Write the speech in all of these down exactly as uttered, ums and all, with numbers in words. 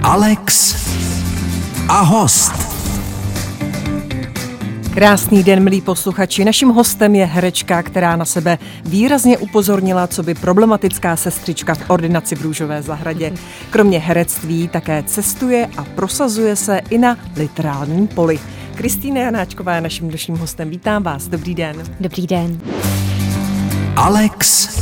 Alex a host. Krásný den, milí posluchači. Naším hostem je herečka, která na sebe výrazně upozornila, co by problematická sestřička v ordinaci v Růžové zahradě. Kromě herectví také cestuje a prosazuje se i na literárním poli. Kristýna Janáčková je naším dnešním hostem. Vítám vás. Dobrý den. Dobrý den. Alex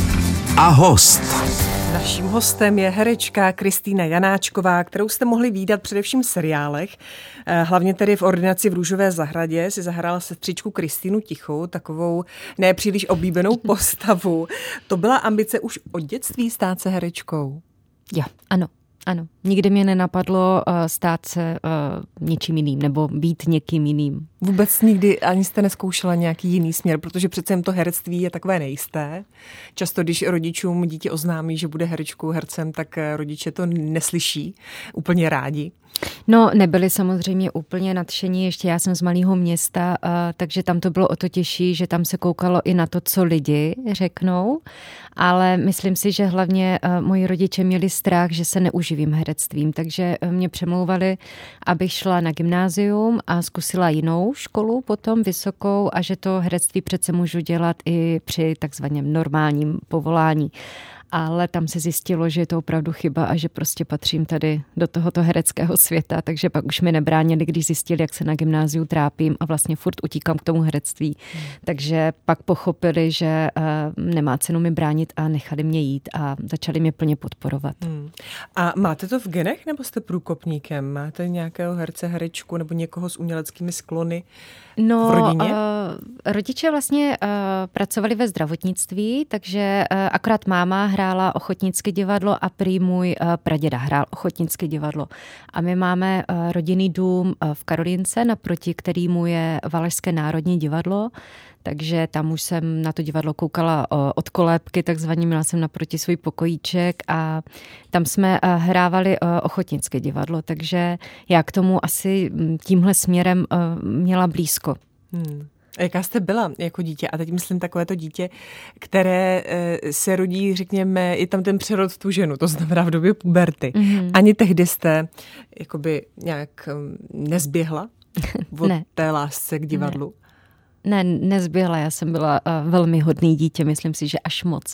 a host. Naším hostem je herečka Kristýna Janáčková, kterou jste mohli vídat především v seriálech. Hlavně tedy v ordinaci v Růžové zahradě si zahrála sestřičku Kristýnu Tichou, takovou nepříliš oblíbenou postavu. To byla ambice už od dětství stát se herečkou? Jo, ano. Ano, nikdy mě nenapadlo uh, stát se uh, něčím jiným nebo být někým jiným. Vůbec nikdy ani jste nezkoušela nějaký jiný směr, protože přece jen to herectví je takové nejisté. Často, když rodičům dítě oznámí, že bude herečkou, hercem, tak rodiče to neslyší úplně rádi. No, nebyli samozřejmě úplně nadšení, ještě já jsem z malého města, uh, takže tam to bylo o to těžší, že tam se koukalo i na to, co lidi řeknou, ale myslím si, že hlavně uh, moji rodiče měli strach, že se neuživím herectvím, takže mě přemlouvali, abych šla na gymnázium a zkusila jinou školu potom vysokou a že to herectví přece můžu dělat i při takzvaném normálním povolání. Ale tam se zjistilo, že je to opravdu chyba a že prostě patřím tady do tohoto hereckého světa, takže pak už mi nebránili, když zjistili, jak se na gymnáziu trápím a vlastně furt utíkám k tomu herectví. Hmm. Takže pak pochopili, že uh, nemá cenu mi bránit a nechali mě jít a začali mě plně podporovat. Hmm. A máte to v genech nebo jste průkopníkem? Máte nějakého herce, herečku nebo někoho s uměleckými sklony no, v rodině? Uh, rodiče vlastně uh, pracovali ve zdravotnictví, takže uh, akorát máma hrála ochotnické divadlo a prý můj uh, praděda hrál ochotnické divadlo. A my máme uh, rodinný dům uh, v Karolínce, naproti kterýmu je Valašské národní divadlo, takže tam už jsem na to divadlo koukala uh, od kolébky, takzvaně měla jsem naproti svůj pokojíček a tam jsme uh, hrávali uh, ochotnické divadlo, takže já k tomu asi tímhle směrem uh, měla blízko. Hmm. A jaká jste byla jako dítě? A teď myslím takové to dítě, které se rodí, řekněme, je tam ten přerod tu ženu, to znamená v době puberty. Mm-hmm. Ani tehdy jste jakoby nějak nezběhla od ne. té lásce k divadlu? Ne. Ne, nezběhla, já jsem byla uh, velmi hodný dítě, myslím si, že až moc.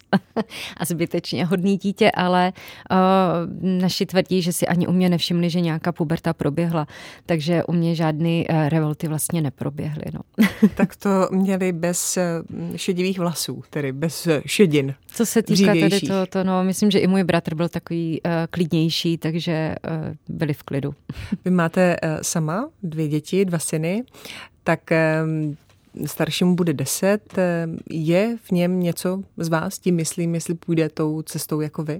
A zbytečně hodný dítě, ale uh, naši tvrdí, že si ani u mě nevšimli, že nějaká puberta proběhla, takže u mě žádný uh, revolty vlastně neproběhly. No. Tak to měli bez uh, šedivých vlasů, tedy bez uh, šedin. Co se týká tedy to, to, no, myslím, že i můj bratr byl takový uh, klidnější, takže uh, byli v klidu. Vy máte uh, sama dvě děti, dva syny, tak um, staršímu bude deset. Je v něm něco z vás, tím myslím, jestli půjde tou cestou jako vy?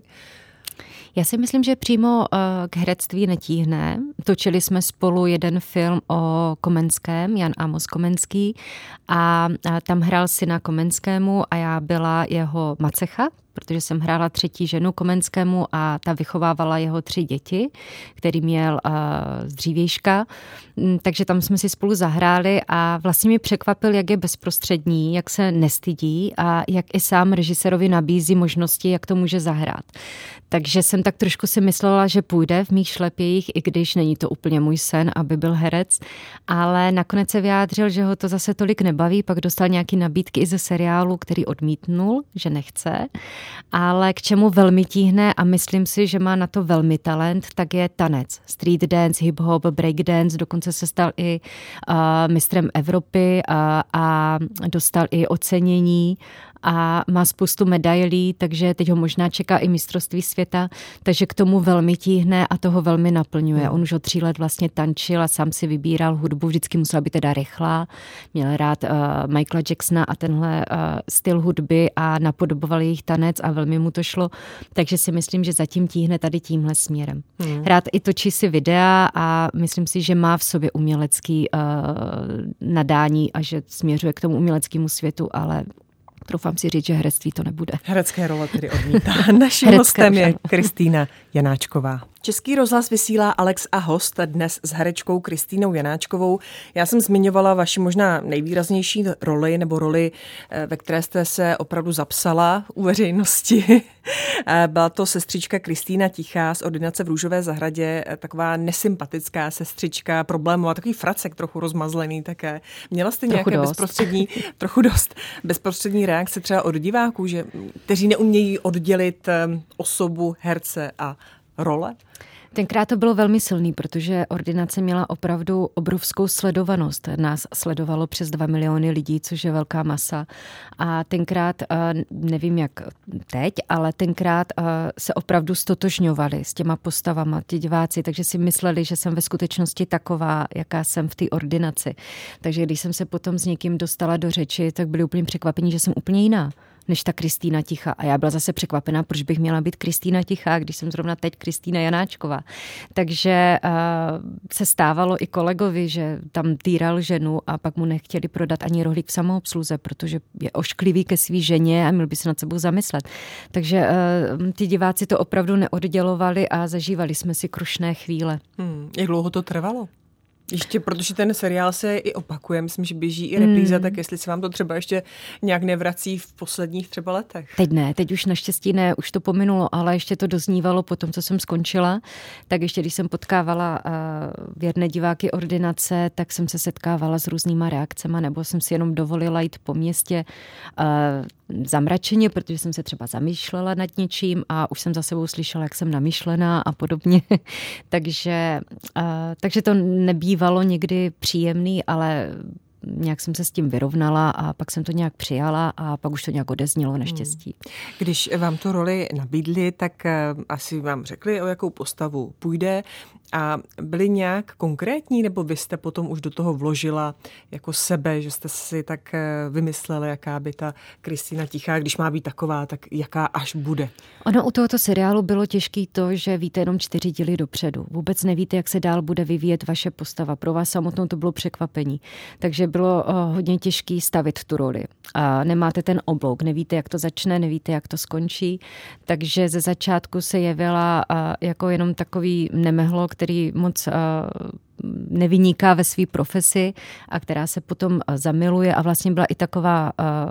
Já si myslím, že přímo k herectví netíhne. Točili jsme spolu jeden film o Komenském, Jan Amos Komenský, a tam hrál syna Komenskému a já byla jeho macecha, protože jsem hrála třetí ženu Komenskému a ta vychovávala jeho tři děti, který měl uh, z dřívějška. Takže tam jsme si spolu zahráli a vlastně mi překvapil, jak je bezprostřední, jak se nestydí a jak i sám režisérovi nabízí možnosti, jak to může zahrát. Takže jsem tak trošku si myslela, že půjde v mých šlepějích, i když není to úplně můj sen, aby byl herec, ale nakonec se vyjádřil, že ho to zase tolik nebaví, pak dostal nějaký nabídky i ze seriálu, který odmítnul, že nechce. Ale k čemu velmi tíhne a myslím si, že má na to velmi talent, tak je tanec. Street dance, hip-hop, breakdance, dokonce se stal i uh, mistrem Evropy uh, a dostal i ocenění a má spoustu medailí, takže teď ho možná čeká i mistrovství světa, takže k tomu velmi tíhne a toho velmi naplňuje. On už od tří let vlastně tančil a sám si vybíral hudbu, vždycky musela být teda rychlá, měl rád uh, Michaela Jacksona a tenhle uh, styl hudby a napodoboval jejich tanec a velmi mu to šlo, takže si myslím, že zatím tíhne tady tímhle směrem. Hmm. Rád i točí si videa a myslím si, že má v sobě umělecký uh, nadání a že směřuje k tomu uměleckému světu, ale troufám si říct, že herectví to nebude. Herecké role tedy odmítá. Naším hostem je Kristýna Janáčková. Český rozhlas vysílá Alex a host, dnes s herečkou Kristýnou Janáčkovou. Já jsem zmiňovala vaši možná nejvýraznější roli, nebo roli, ve které jste se opravdu zapsala u veřejnosti. Byla to sestřička Kristýna Tichá z ordinace v Růžové zahradě, taková nesympatická sestřička, problémová, takový fracek trochu rozmazlený také. Měla jste trochu nějaké dost. bezprostřední, trochu dost, bezprostřední reakce třeba od diváků, že, kteří neumějí oddělit osobu herce a role? Tenkrát to bylo velmi silný, protože ordinace měla opravdu obrovskou sledovanost. Nás sledovalo přes dva miliony lidí, což je velká masa. A tenkrát, nevím jak teď, ale tenkrát se opravdu stotožňovali s těma postavama, ti diváci, takže si mysleli, že jsem ve skutečnosti taková, jaká jsem v té ordinaci. Takže když jsem se potom s někým dostala do řeči, tak byli úplně překvapení, že jsem úplně jiná než ta Kristýna Tichá. A já byla zase překvapená, proč bych měla být Kristýna Tichá, když jsem zrovna teď Kristýna Janáčková. Takže uh, se stávalo i kolegovi, že tam týral ženu a pak mu nechtěli prodat ani rohlík v samoobsluze, protože je ošklivý ke svý ženě a měl by se nad sebou zamyslet. Takže uh, ty diváci to opravdu neoddělovali a zažívali jsme si krušné chvíle. Hmm, jak dlouho to trvalo? Ještě, protože ten seriál se i opakuje, myslím, že běží i repríza, mm. tak jestli se vám to třeba ještě nějak nevrací v posledních třeba letech. Teď ne, teď už naštěstí ne, už to pominulo, ale ještě to doznívalo po tom, co jsem skončila. Tak ještě, když jsem potkávala uh, věrné diváky ordinace, tak jsem se setkávala s různýma reakcemi, nebo jsem si jenom dovolila jít po městě uh, zamračeně, protože jsem se třeba zamýšlela nad něčím a už jsem za sebou slyšela, jak jsem namyšlená a podobně. takže, uh, takže to nebývá bývalo někdy příjemný, ale nějak jsem se s tím vyrovnala a pak jsem to nějak přijala a pak už to nějak odeznělo naštěstí. Když vám tu roli nabídli, tak asi vám řekli, o jakou postavu půjde a byli nějak konkrétní, nebo vy jste potom už do toho vložila jako sebe, že jste si tak vymysleli, jaká by ta Kristýna Tichá, když má být taková, tak jaká až bude? Ono u tohoto seriálu bylo těžký to, že víte jenom čtyři díly dopředu. Vůbec nevíte, jak se dál bude vyvíjet vaše postava. Pro vás samotnou to bylo překvapení. Takže bylo hodně těžký stavit tu roli. A nemáte ten oblouk, nevíte, jak to začne, nevíte, jak to skončí. Takže ze začátku se jevila jako jenom takový nemehlo, který moc nevyniká ve své profesi a která se potom zamiluje a vlastně byla i taková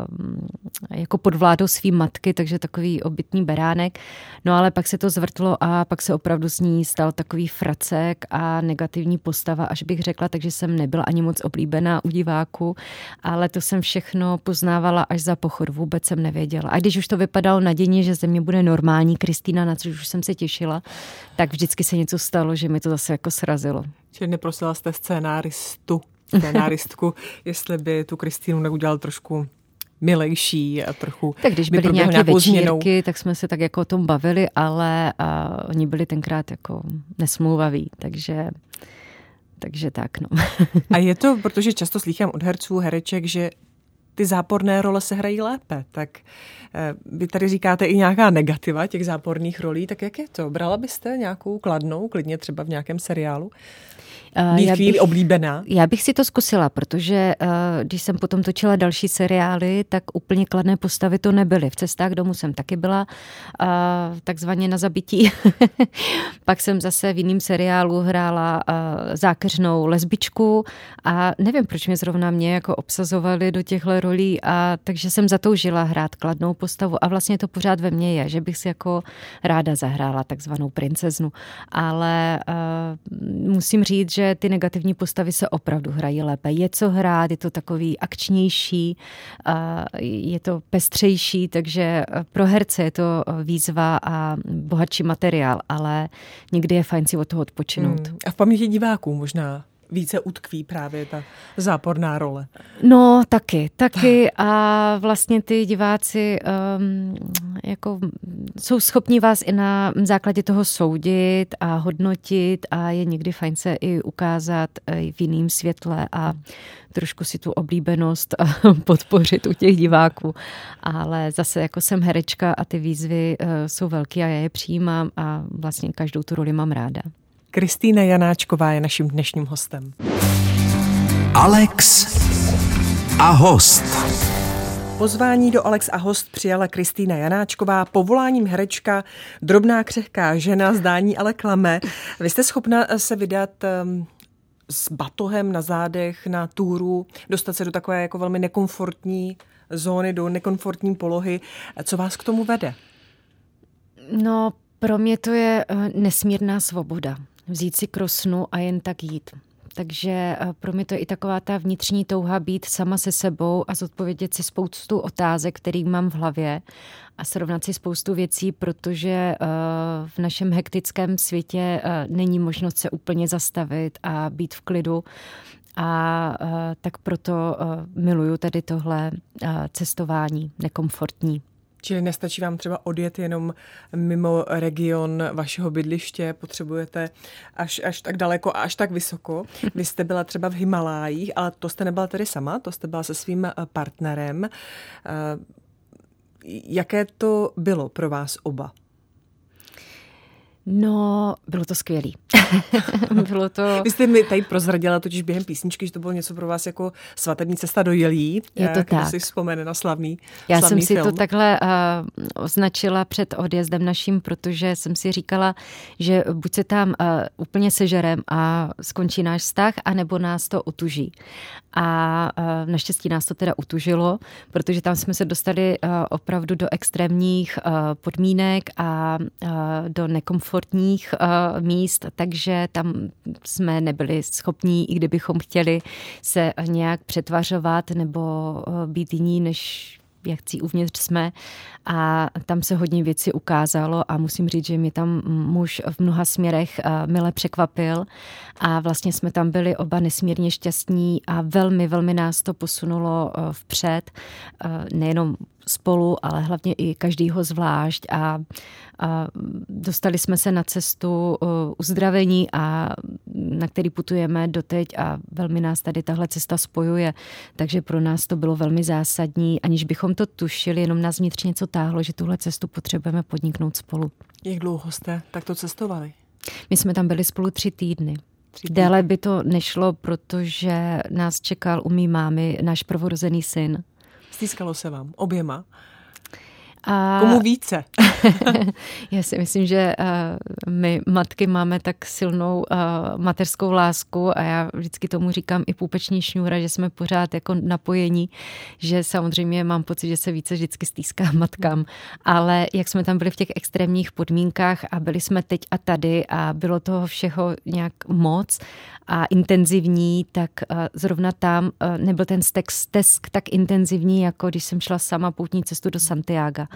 jako pod vládou svý matky, takže takový obytný beránek. No ale pak se to zvrtlo a pak se opravdu z ní stal takový fracek a negativní postava, až bych řekla, takže jsem nebyla ani moc oblíbená u diváků, ale to jsem všechno poznávala až za pochod, vůbec jsem nevěděla. A když už to vypadalo nadějně, že ze mě bude normální Kristýna, na což už jsem se těšila, tak vždycky se něco stalo, že mi to zase jako srazilo. Čili neprosila jste scénáristu, scénáristku, jestli by tu Kristýnu neudělal trošku milejší a trochu... Tak když byly nějaké večírky, změnou. Tak jsme se tak jako o tom bavili, ale a, oni byli tenkrát jako nesmlouvaví, takže... Takže tak, no. A je to, protože často slýchám od herců, hereček, že ty záporné role se hrají lépe, tak eh, vy tady říkáte i nějaká negativa těch záporných rolí, tak jak je to? Brala byste nějakou kladnou, klidně třeba v nějakém seriálu? Být chvíli bych, oblíbená? Já bych si to zkusila, protože uh, když jsem potom točila další seriály, tak úplně kladné postavy to nebyly. V Cestách domů jsem taky byla uh, takzvaně na zabití. Pak jsem zase v jiném seriálu hrála uh, zákeřnou lesbičku a nevím, proč mě zrovna mě jako obsazovali do těchto rolí, a takže jsem zatoužila hrát kladnou postavu a vlastně to pořád ve mně je, že bych si jako ráda zahrála takzvanou princeznu. Ale uh, musím říct, že ty negativní postavy se opravdu hrají lépe. Je co hrát, je to takový akčnější, je to pestřejší, takže pro herce je to výzva a bohatší materiál, ale někdy je fajn si od toho odpočinout. Hmm. A v paměti diváků možná více utkví právě ta záporná role. No, taky, taky a vlastně ty diváci um, jako jsou schopni vás i na základě toho soudit a hodnotit a je někdy fajn se i ukázat v jiném světle a trošku si tu oblíbenost podpořit u těch diváků. Ale zase jako jsem herečka a ty výzvy uh, jsou velký a já je přijímám a vlastně každou tu roli mám ráda. Kristýna Janáčková je naším dnešním hostem. Alex a host. Pozvání do Alex a host přijala Kristýna Janáčková, povoláním herečka, drobná křehká žena, zdání ale klame. Vy jste schopna se vydat um, s batohem na zádech na túru, dostat se do takové jako velmi nekomfortní zóny, do nekomfortní polohy. Co vás k tomu vede? No, pro mě to je nesmírná svoboda. Vzít si krosnu a jen tak jít. Takže pro mě to je i taková ta vnitřní touha být sama se sebou a zodpovědět si spoustu otázek, který mám v hlavě a srovnat si spoustu věcí, protože v našem hektickém světě není možnost se úplně zastavit a být v klidu. A tak proto miluju tady tohle cestování nekomfortní. Čili nestačí vám třeba odjet jenom mimo region vašeho bydliště, potřebujete až, až tak daleko a až tak vysoko. Vy jste byla třeba v Himalájích, ale to jste nebyla tedy sama, to jste byla se svým partnerem. Jaké to bylo pro vás oba? No, bylo to skvělý. Bylo to... Vy jste mi tady prozradila totiž během písničky, že to bylo něco pro vás jako svatební cesta do Jelí. Je to kdo tak. si vzpomene na slavný Já slavný jsem si film. to takhle uh, označila před odjezdem naším, protože jsem si říkala, že buď se tam uh, úplně sežerem a skončí náš vztah, anebo nás to utuží. A uh, naštěstí nás to teda utužilo, protože tam jsme se dostali uh, opravdu do extrémních uh, podmínek a uh, do nekomfortních uh, míst, takže tam jsme nebyli schopní, i kdybychom chtěli se nějak přetvařovat nebo uh, být jiní, než jakcí uvnitř jsme. A tam se hodně věcí ukázalo a musím říct, že mě tam muž v mnoha směrech mile překvapil a vlastně jsme tam byli oba nesmírně šťastní a velmi, velmi nás to posunulo vpřed. Nejenom spolu, ale hlavně i každýho zvlášť a, a dostali jsme se na cestu uzdravení, a na který putujeme doteď a velmi nás tady tahle cesta spojuje, takže pro nás to bylo velmi zásadní, aniž bychom to tušili, jenom nás vnitřně něco táhlo, že tuhle cestu potřebujeme podniknout spolu. Jak dlouho jste takto cestovali? My jsme tam byli spolu tři týdny. Tři týdny. Déle by to nešlo, protože nás čekal u mý mámy náš prvorozený syn. Stýskalo se vám oběma? A... Komu více? Já si myslím, že uh, my matky máme tak silnou uh, mateřskou lásku a já vždycky tomu říkám i půpeční šňůra, že jsme pořád jako napojení, že samozřejmě mám pocit, že se více vždycky stýská matkám, ale jak jsme tam byli v těch extrémních podmínkách a byli jsme teď a tady a bylo toho všeho nějak moc a intenzivní, tak uh, zrovna tam uh, nebyl ten stesk tak intenzivní, jako když jsem šla sama poutní cestu do Santiaga.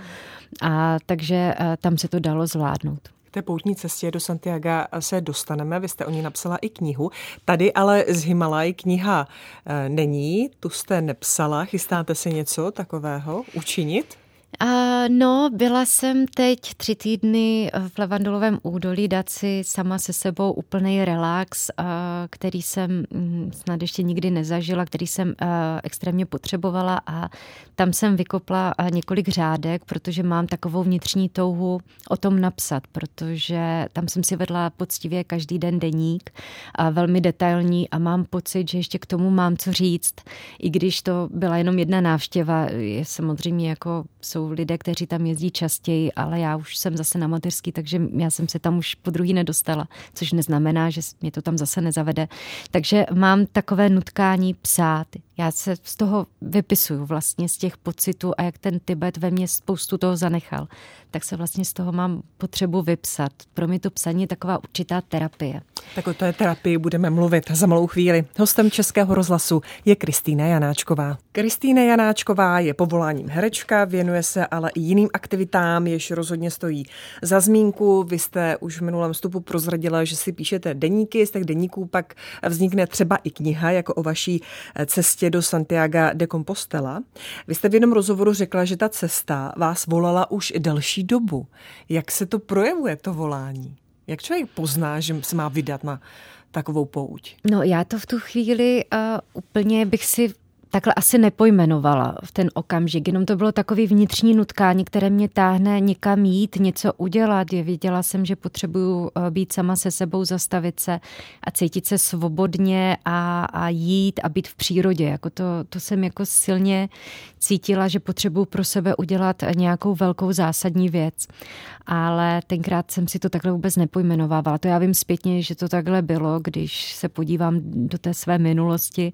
A takže uh, tam se to dalo zvládnout. K té poutní cestě do Santiaga se dostaneme, vy jste o ní napsala i knihu. Tady ale z Himalaj kniha uh, není, tu jste nepsala, chystáte se něco takového učinit? Uh, no, byla jsem teď tři týdny v Levandolovém údolí dát si sama se sebou úplnej relax, uh, který jsem um, snad ještě nikdy nezažila, který jsem uh, extrémně potřebovala a tam jsem vykopla uh, několik řádek, protože mám takovou vnitřní touhu o tom napsat, protože tam jsem si vedla poctivě každý den deník, uh, velmi detailní a mám pocit, že ještě k tomu mám co říct, i když to byla jenom jedna návštěva, je samozřejmě jako jsou lidé, kteří tam jezdí častěji, ale já už jsem zase na mateřský, takže já jsem se tam už po druhý nedostala, což neznamená, že mě to tam zase nezavede. Takže mám takové nutkání psát. Já se z toho vypisuju vlastně z těch pocitů a jak ten Tibet ve mně spoustu toho zanechal, tak se vlastně z toho mám potřebu vypsat. Pro mě to psaní je taková určitá terapie. Tak o té terapii budeme mluvit za malou chvíli. Hostem Českého rozhlasu je Kristýna Janáčková. Kristýna Janáčková je povoláním herečka, věnuje se ale i jiným aktivitám, jež rozhodně stojí za zmínku. Vy jste už v minulém vstupu prozradila, že si píšete deníky, z těch deníků pak vznikne třeba i kniha, jako o vaší cestě do Santiaga de Compostela. Vy jste v jednom rozhovoru řekla, že ta cesta vás volala už delší dobu. Jak se to projevuje, to volání? Jak člověk pozná, že se má vydat na takovou pouť? No já to v tu chvíli uh, úplně bych si takhle asi nepojmenovala v ten okamžik, jenom to bylo takový vnitřní nutkání, které mě táhne někam jít, něco udělat. Je, věděla jsem, že potřebuju být sama se sebou, zastavit se a cítit se svobodně a, a jít a být v přírodě. Jako to, to jsem jako silně cítila, že potřebuju pro sebe udělat nějakou velkou zásadní věc. Ale tenkrát jsem si to takhle vůbec nepojmenovávala. To já vím zpětně, že to takhle bylo, když se podívám do té své minulosti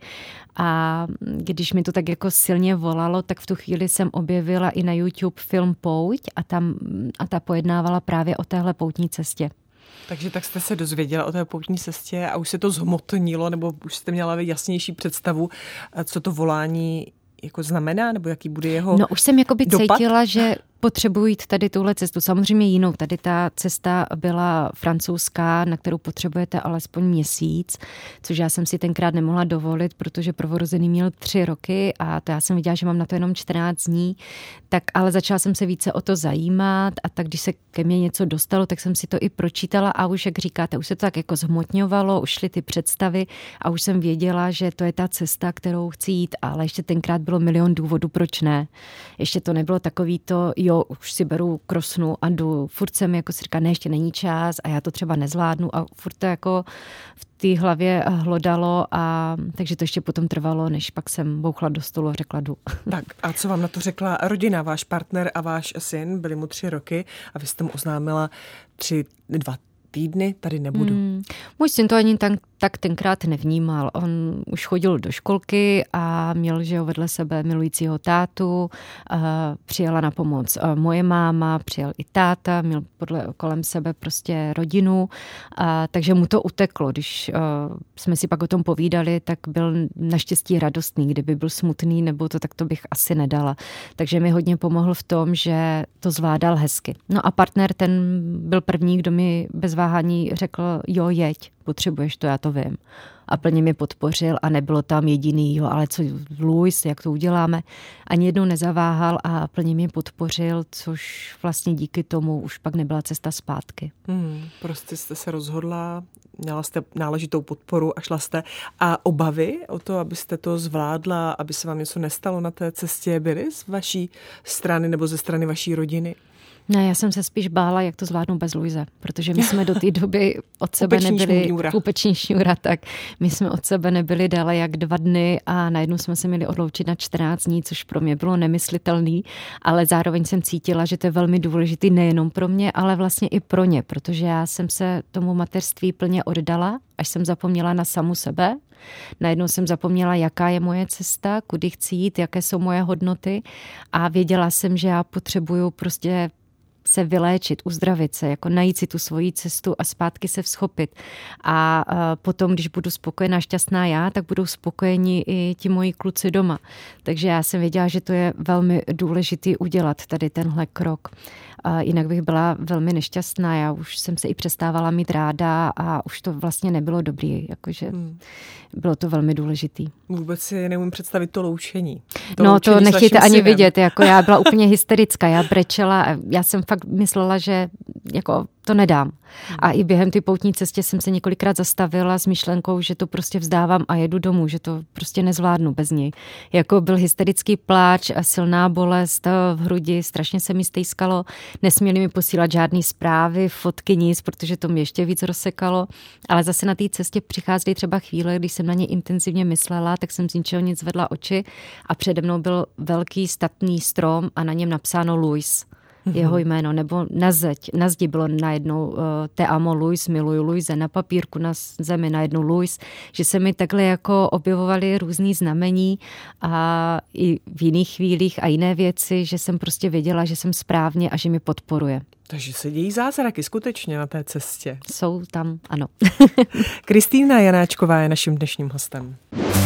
a když mi to tak jako silně volalo, tak v tu chvíli jsem objevila i na YouTube film Pouť a tam a ta pojednávala právě o téhle poutní cestě. Takže tak jste se dozvěděla o té poutní cestě a už se to zhmotnilo, nebo už jste měla jasnější představu, co to volání jako znamená, nebo jaký bude jeho No už jsem jakoby dopad? Cítila, že potřebuji jít tady tuhle cestu. Samozřejmě jinou. Tady ta cesta byla francouzská, na kterou potřebujete alespoň měsíc, což já jsem si tenkrát nemohla dovolit, protože prvorozený měl tři roky a to já jsem viděla, že mám na to jenom čtrnáct dní. Tak ale začala jsem se více o to zajímat a tak když se ke mně něco dostalo, tak jsem si to i pročítala a už, jak říkáte, už se to tak jako zhmotňovalo, už šly ty představy a už jsem věděla, že to je ta cesta, kterou chci jít, ale ještě tenkrát bylo milion důvodů, proč ne. Ještě to nebylo takový to, jo, už si beru krosnu a jdu. Furt jsem jako si říká, ne, ještě není čas a já to třeba nezvládnu a furt to jako v té hlavě hlodalo a takže to ještě potom trvalo, než pak jsem bouchla do stolu a řekla jdu. Tak a co vám na to řekla rodina, váš partner a váš syn, byli mu tři roky a vy jste mu oznámila tři, dva týdny, tady nebudu. Hmm. Můj syn to ani tak, tak tenkrát nevnímal. On už chodil do školky a měl, že ho vedle sebe milujícího tátu. Přijela na pomoc moje máma, přijel i táta, měl podle kolem sebe prostě rodinu, a, takže mu to uteklo. Když a, jsme si pak o tom povídali, tak byl naštěstí radostný. Kdyby byl smutný nebo to, tak to bych asi nedala. Takže mi hodně pomohl v tom, že to zvládal hezky. No a partner, ten byl první, kdo mi bez váhání řekl, jo, jeď, potřebuješ to, já to vím. A plně mě podpořil a nebylo tam jediný, jo, ale co, Luis, jak to uděláme? Ani jednou nezaváhal a plně mě podpořil, což vlastně díky tomu už pak nebyla cesta zpátky. Hmm, prostě jste se rozhodla, měla jste náležitou podporu a šla jste. A obavy o to, abyste to zvládla, aby se vám něco nestalo na té cestě, byly z vaší strany nebo ze strany vaší rodiny? Ne, já jsem se spíš bála, jak to zvládnu bez Luise, protože my jsme do té doby od sebe Kupeční nebyli... šňůra. Kupeční šňůra, tak my jsme od sebe nebyli dále jak dva dny a najednou jsme se měli odloučit na čtrnáct dní, což pro mě bylo nemyslitelný, ale zároveň jsem cítila, že to je velmi důležitý nejenom pro mě, ale vlastně i pro ně, protože já jsem se tomu mateřství plně oddala, až jsem zapomněla na samu sebe. Najednou jsem zapomněla, jaká je moje cesta, kudy chci jít, jaké jsou moje hodnoty a věděla jsem, že já potřebuju prostě se vyléčit, uzdravit se, jako najít si tu svoji cestu a zpátky se vzchopit. A potom, když budu spokojená, šťastná já, tak budou spokojeni i ti moji kluci doma. Takže já jsem věděla, že to je velmi důležitý udělat tady tenhle krok. A jinak bych byla velmi nešťastná. Já už jsem se i přestávala mít ráda a už to vlastně nebylo dobrý. Jakože hmm. bylo to velmi důležitý. Vůbec si neumím představit to loučení. To no loučení to nechtějte ani synem. vidět. Jako já byla úplně hysterická. Já brečela a já jsem fakt myslela, že jako to nedám. A i během ty poutní cestě jsem se několikrát zastavila s myšlenkou, že to prostě vzdávám a jedu domů, že to prostě nezvládnu bez něj. Jako byl hysterický pláč a silná bolest v hrudi, strašně se mi stejskalo. Nesměli mi posílat žádný zprávy, fotky, nic, protože to mě ještě víc rozsekalo. Ale zase na té cestě přicházely třeba chvíle, když jsem na ně intenzivně myslela, tak jsem z ničeho nic zvedla oči a přede mnou byl velký statný strom a na něm napsáno Luis. Jeho jméno, nebo na zeď, na zdi bylo najednou uh, te amo Luis, miluju Luise, na papírku na zemi najednou Luis, že se mi takhle jako objevovaly různý znamení a i v jiných chvílích a jiné věci, že jsem prostě věděla, že jsem správně a že mi podporuje. Takže se dějí zázraky skutečně na té cestě. Jsou tam, ano. Kristýna Janáčková je naším dnešním hostem.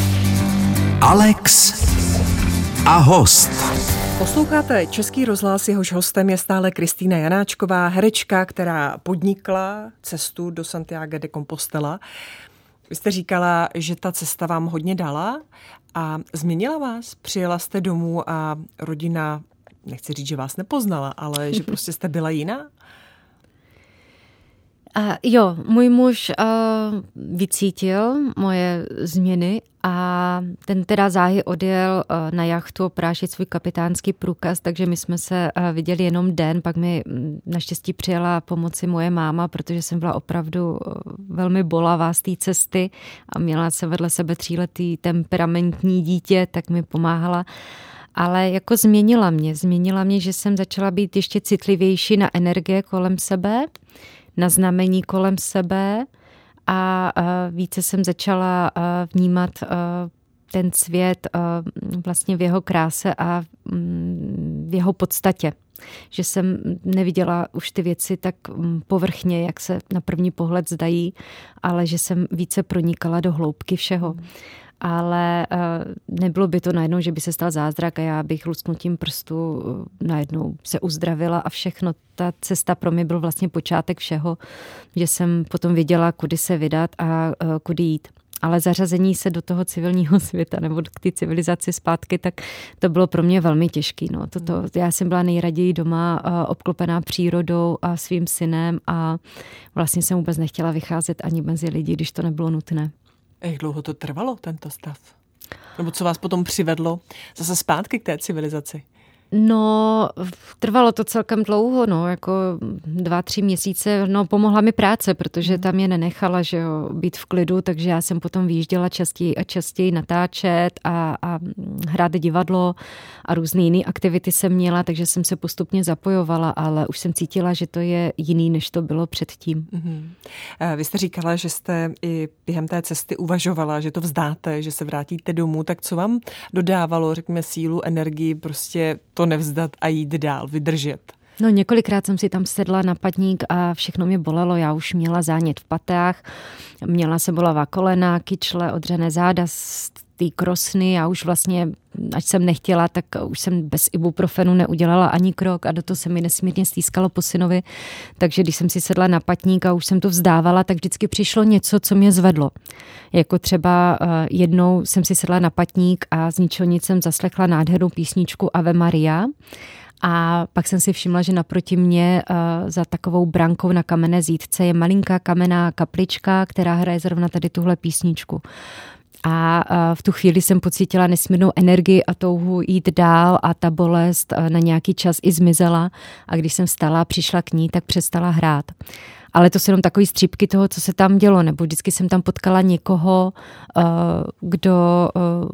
Alex a host. Posloucháte Český rozhlas, jehož hostem je stále Kristýna Janáčková, herečka, která podnikla cestu do Santiago de Compostela. Vy jste říkala, že ta cesta vám hodně dala a změnila vás. Přijela jste domů a rodina, nechci říct, že vás nepoznala, ale že prostě jste byla jiná? Uh, jo, můj muž uh, vycítil moje změny a ten teda záhy odjel uh, na jachtu oprášit svůj kapitánský průkaz, takže my jsme se uh, viděli jenom den, pak mi naštěstí přijela pomoci moje máma, protože jsem byla opravdu uh, velmi bolavá z té cesty a měla se vedle sebe tříletý temperamentní dítě, tak mi pomáhala. Ale jako změnila mě, změnila mě, že jsem začala být ještě citlivější na energie kolem sebe, na znamení kolem sebe a více jsem začala vnímat ten svět vlastně v jeho kráse a v jeho podstatě. Že jsem neviděla už ty věci tak povrchně, jak se na první pohled zdají, ale že jsem více pronikala do hloubky všeho. Ale uh, nebylo by to najednou, že by se stal zázrak a já bych lusknutím prstu uh, najednou se uzdravila a všechno. Ta cesta pro mě byl vlastně počátek všeho, že jsem potom věděla, kudy se vydat a uh, kudy jít. Ale zařazení se do toho civilního světa nebo k té civilizaci zpátky, tak to bylo pro mě velmi těžký. No. Toto, já jsem byla nejraději doma uh, obklopená přírodou a svým synem a vlastně jsem vůbec nechtěla vycházet ani mezi lidi, když to nebylo nutné. Jak dlouho to trvalo, tento stav? Nebo co vás potom přivedlo zase zpátky k té civilizaci? No, trvalo to celkem dlouho, no, jako dva, tři měsíce, no, pomohla mi práce, protože tam mě nenechala, že jo, být v klidu, takže já jsem potom vyjížděla častěji a častěji natáčet a, a hrát divadlo a různé jiné aktivity jsem měla, takže jsem se postupně zapojovala, ale už jsem cítila, že to je jiný, než to bylo předtím. Mm-hmm. Vy jste říkala, že jste i během té cesty uvažovala, že to vzdáte, že se vrátíte domů, tak co vám dodávalo, řekněme, sílu, energii, prostě to nevzdat a jít dál, vydržet? No, několikrát jsem si tam sedla na patník a všechno mě bolelo. Já už měla zánět v patách, měla jsem bolavá kolena, kyčle, odřené záda z té krosny. Já už vlastně, ať jsem nechtěla, tak už jsem bez ibuprofenu neudělala ani krok a do toho se mi nesmírně stýskalo po synovi. Takže když jsem si sedla na patník a už jsem to vzdávala, tak vždycky přišlo něco, co mě zvedlo. Jako třeba jednou jsem si sedla na patník a z ničeho nic jsem zaslechla nádhernou písničku Ave Maria. A pak jsem si všimla, že naproti mě uh, za takovou brankou na kamenné zítce je malinká kamenná kaplička, která hraje zrovna tady tuhle písničku. A uh, v tu chvíli jsem pocítila nesmírnou energii a touhu jít dál a ta bolest uh, na nějaký čas i zmizela. A když jsem vstala a přišla k ní, tak přestala hrát. Ale to jsou jenom takový střípky toho, co se tam dělo, nebo vždycky jsem tam potkala někoho, kdo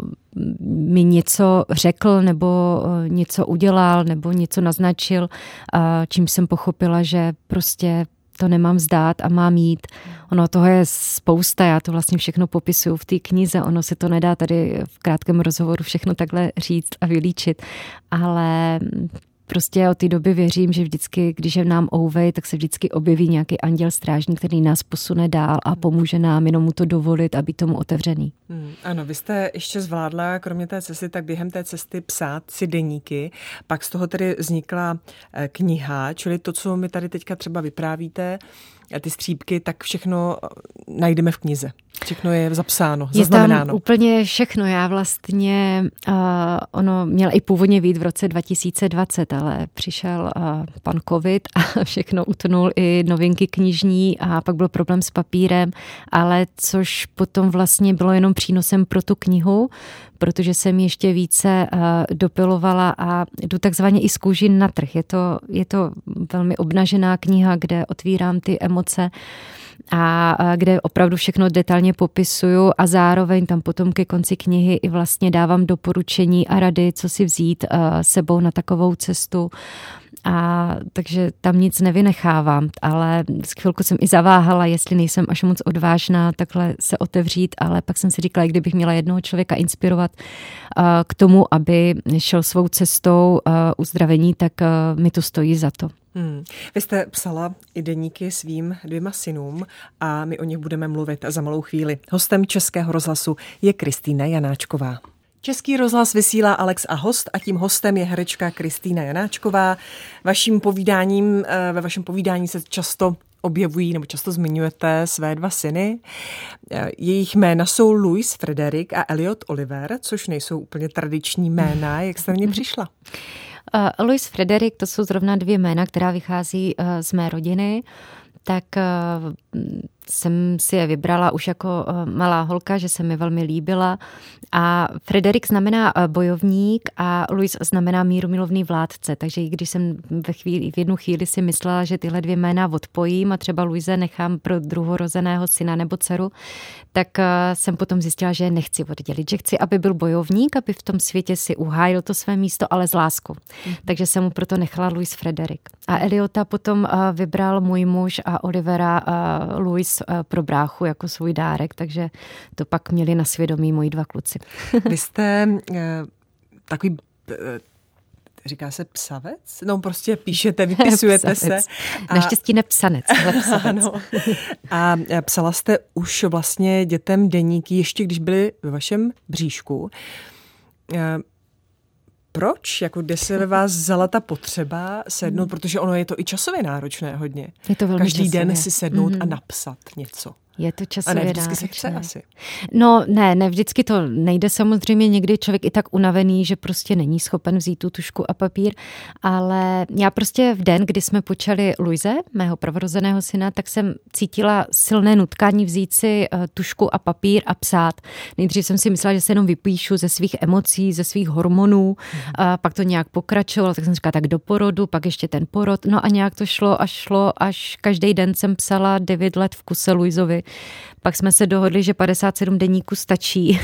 mi něco řekl, nebo něco udělal, nebo něco naznačil, čím jsem pochopila, že prostě to nemám vzdát a mám jít. Ono toho je spousta, já to vlastně všechno popisuju v té knize, ono se to nedá tady v krátkém rozhovoru všechno takhle říct a vylíčit, ale prostě od té doby věřím, že vždycky, když je nám ouvej, tak se vždycky objeví nějaký anděl strážník, který nás posune dál a pomůže nám jenom mu to dovolit a být tomu otevřený. Hmm, ano, vy jste ještě zvládla, kromě té cesty, tak během té cesty psát si deníky, pak z toho tedy vznikla kniha, čili to, co mi tady teďka třeba vyprávíte, ty střípky, tak všechno najdeme v knize. Všechno je zapsáno, je zaznamenáno. Je tam úplně všechno. Já vlastně, uh, ono měl i původně být v roce dva tisíce dvacet, ale přišel uh, pan covid a všechno utnul, i novinky knižní a pak byl problém s papírem, ale což potom vlastně bylo jenom přínosem pro tu knihu, protože jsem ještě více uh, dopilovala a jdu takzvaně i z kůži na trh. Je to, je to velmi obnažená kniha, kde otvírám ty emoce a kde opravdu všechno detailně popisuju a zároveň tam potom ke konci knihy i vlastně dávám doporučení a rady, co si vzít uh, sebou na takovou cestu. A takže tam nic nevynechávám, ale z chvilku jsem i zaváhala, jestli nejsem až moc odvážná takhle se otevřít, ale pak jsem si říkala, kdybych měla jednoho člověka inspirovat uh, k tomu, aby šel svou cestou uh, uzdravení, tak uh, mi to stojí za to. Hmm. Vy jste psala i deníky svým dvěma synům a my o nich budeme mluvit za malou chvíli. Hostem Českého rozhlasu je Kristýna Janáčková. Český rozhlas vysílá Alex a host a tím hostem je herečka Kristýna Janáčková. Vaším povídáním, ve vašem povídání se často objevují nebo často zmiňujete své dva syny. Jejich jména jsou Louis Frederick a Elliot Oliver, což nejsou úplně tradiční jména. Jak jste na ně přišla? Uh, Louis Frederick, to jsou zrovna dvě jména, která vychází uh, z mé rodiny. tak jsem si je vybrala už jako malá holka, že se mi velmi líbila. A Frederick znamená bojovník a Louis znamená mírumilovný vládce, takže i když jsem ve chvíli, v jednu chvíli si myslela, že tyhle dvě jména odpojím a třeba Louise nechám pro druhorozeného syna nebo dceru, tak jsem potom zjistila, že je nechci oddělit, že chci, aby byl bojovník, aby v tom světě si uhájil to své místo, ale s láskou. Mm. Takže jsem mu proto nechala Louis Frederick. A Eliota potom vybral můj muž a Olivera Louis pro bráchu jako svůj dárek, takže to pak měli na svědomí moji dva kluci. Vy jste uh, takový, uh, říká se psavec? No prostě píšete, vypisujete se. A... Naštěstí ne psanec, ale psavec. Ano. A psala jste už vlastně dětem deníky, ještě když byli ve vašem bříšku. Uh, Proč? Jako kde se ve vás vzala ta potřeba sednout? Hmm. Protože ono je to i časově náročné hodně. Je to velmi Každý časově. Den si sednout mm-hmm. a napsat něco. Je to časově a ne vždycky náročné. se chce asi. No ne, ne vždycky to nejde samozřejmě, někdy člověk i tak unavený, že prostě není schopen vzít tu tužku a papír, ale já prostě v den, kdy jsme počali Louise, mého prvorozeného syna, tak jsem cítila silné nutkání vzít si tužku a papír a psát. Nejdřív jsem si myslela, že se jenom vypíšu ze svých emocí, ze svých hormonů, hmm. a pak to nějak pokračovalo, tak jsem říkala tak do porodu, pak ještě ten porod, no a nějak to šlo a šlo, až každý den jsem psala devět let v kuse Louisovi. Pak jsme se dohodli, že padesát sedm deníků stačí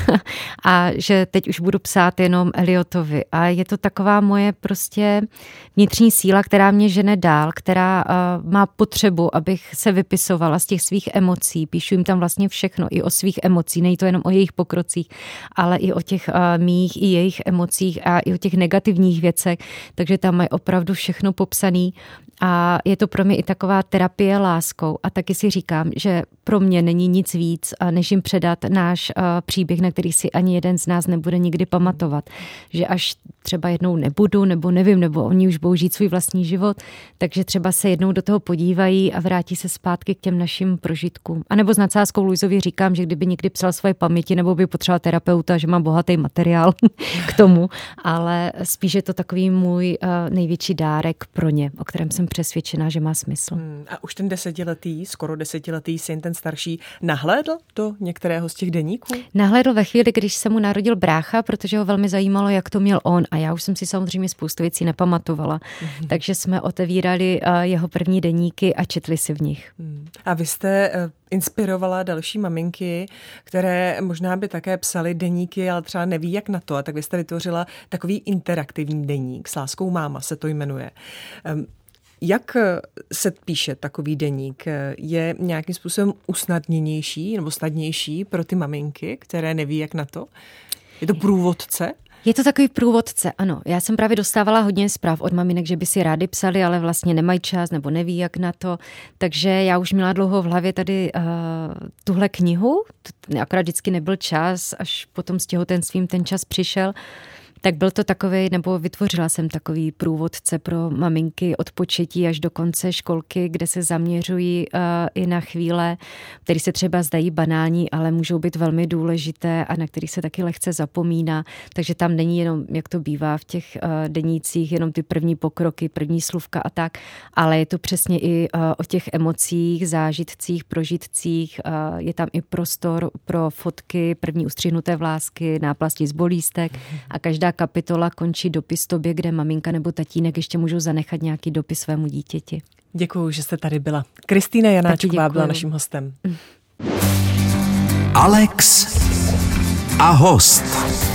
a že teď už budu psát jenom Eliotovi. A je to taková moje prostě vnitřní síla, která mě žene dál, která uh, má potřebu, abych se vypisovala z těch svých emocí. Píšu jim tam vlastně všechno, i o svých emocích, není to jenom o jejich pokrocích, ale i o těch uh, mých i jejich emocích a i o těch negativních věcech. Takže tam mají opravdu všechno popsané. A je to pro mě i taková terapie láskou. A taky si říkám, že pro mě není nic víc, než jim předat náš příběh, na který si ani jeden z nás nebude nikdy pamatovat. Že až třeba jednou nebudu, nebo nevím, nebo oni už budou žít svůj vlastní život, takže třeba se jednou do toho podívají a vrátí se zpátky k těm našim prožitkům. A nebo s nadsázkou Louisovi říkám, že kdyby někdy psal svoje paměti, nebo by potřeboval terapeuta, že má bohatý materiál k tomu, ale spíš je to takový můj největší dárek pro ně, o kterém jsem přesvědčená, že má smysl. Hmm, a už ten desetiletý, skoro desetiletý syn, ten starší, nahlédl do některého z těch deníků? Nahlédl ve chvíli, když se mu narodil brácha, protože ho velmi zajímalo, jak to měl on. A já už jsem si samozřejmě spoustu věcí nepamatovala. Hmm. Takže jsme otevírali uh, jeho první deníky a četli si v nich. Hmm. A vy jste uh, inspirovala další maminky, které možná by také psaly deníky, ale třeba neví, jak na to. A tak vy jste vytvořila takový interaktivní deník. S láskou máma se to jmenuje. Um, Jak se píše takový deník? Je nějakým způsobem usnadněnější nebo snadnější pro ty maminky, které neví, jak na to? Je to průvodce? Je to takový průvodce, ano. Já jsem právě dostávala hodně zpráv od maminek, že by si rádi psali, ale vlastně nemají čas nebo neví, jak na to. Takže já už měla dlouho v hlavě tady uh, tuhle knihu. Akorát vždycky nebyl čas, až potom s těhotenstvím ten čas přišel. Tak byl to takový, nebo vytvořila jsem takový průvodce pro maminky od početí až do konce školky, kde se zaměřují uh, i na chvíle, které se třeba zdají banální, ale můžou být velmi důležité a na kterých se taky lehce zapomíná. Takže tam není jenom, jak to bývá v těch uh, denících, jenom ty první pokroky, první slůvka a tak, ale je to přesně i uh, o těch emocích, zážitcích, prožitcích. Uh, je tam i prostor pro fotky, první ustřihnuté vlásky, náplasti z bolístek a každá kapitola končí dopis tobě, kde maminka nebo tatínek ještě můžou zanechat nějaký dopis svému dítěti. Děkuju, že jste tady byla. Kristýna Janáčková byla naším hostem. Alex a host.